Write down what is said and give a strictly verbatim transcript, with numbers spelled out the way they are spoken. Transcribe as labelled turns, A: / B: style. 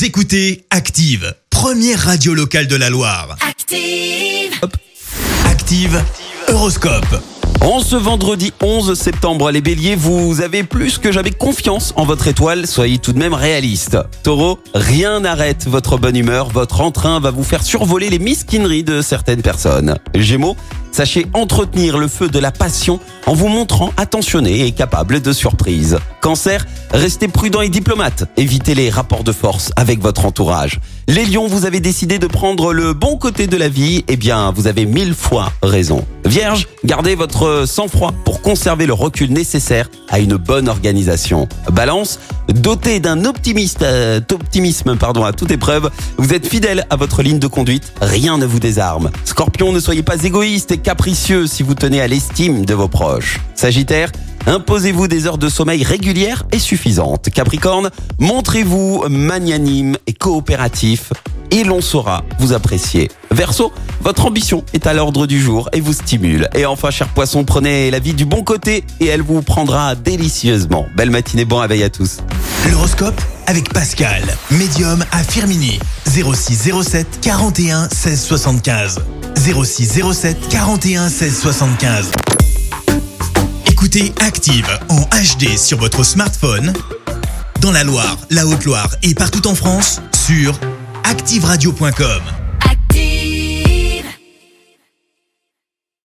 A: Vous écoutez Active, première radio locale de la Loire.
B: Active.
A: Hop. Active Horoscope.
C: En ce vendredi onze septembre, les béliers, vous avez plus que jamais confiance en votre étoile, soyez tout de même réaliste. Taureau, rien n'arrête votre bonne humeur, votre entrain va vous faire survoler les mesquineries de certaines personnes. Gémeaux, sachez entretenir le feu de la passion en vous montrant attentionné et capable de surprises. Cancer, restez prudent et diplomate, évitez les rapports de force avec votre entourage. Les lions, vous avez décidé de prendre le bon côté de la vie, eh bien vous avez mille fois raison. Vierge, gardez votre sang-froid pour conserver le recul nécessaire à une bonne organisation. Balance, doté d'un optimiste, euh, optimisme pardon, à toute épreuve, vous êtes fidèle à votre ligne de conduite, rien ne vous désarme. Scorpion, ne soyez pas égoïste et capricieux si vous tenez à l'estime de vos proches. Sagittaire, imposez-vous des heures de sommeil régulières et suffisantes. Capricorne, montrez-vous magnanime et coopératif et l'on saura vous apprécier. Verseau, votre ambition est à l'ordre du jour et vous stimule. Et enfin, cher poisson, prenez la vie du bon côté et elle vous prendra délicieusement. Belle matinée, bon réveil à tous.
A: L'horoscope avec Pascal, médium à Firminy. zéro six zéro sept quarante et un seize soixante-quinze. zéro six zéro sept quarante et un seize soixante-quinze. Écoutez Active en H D sur votre smartphone, dans la Loire, la Haute-Loire et partout en France, sur active radio point com.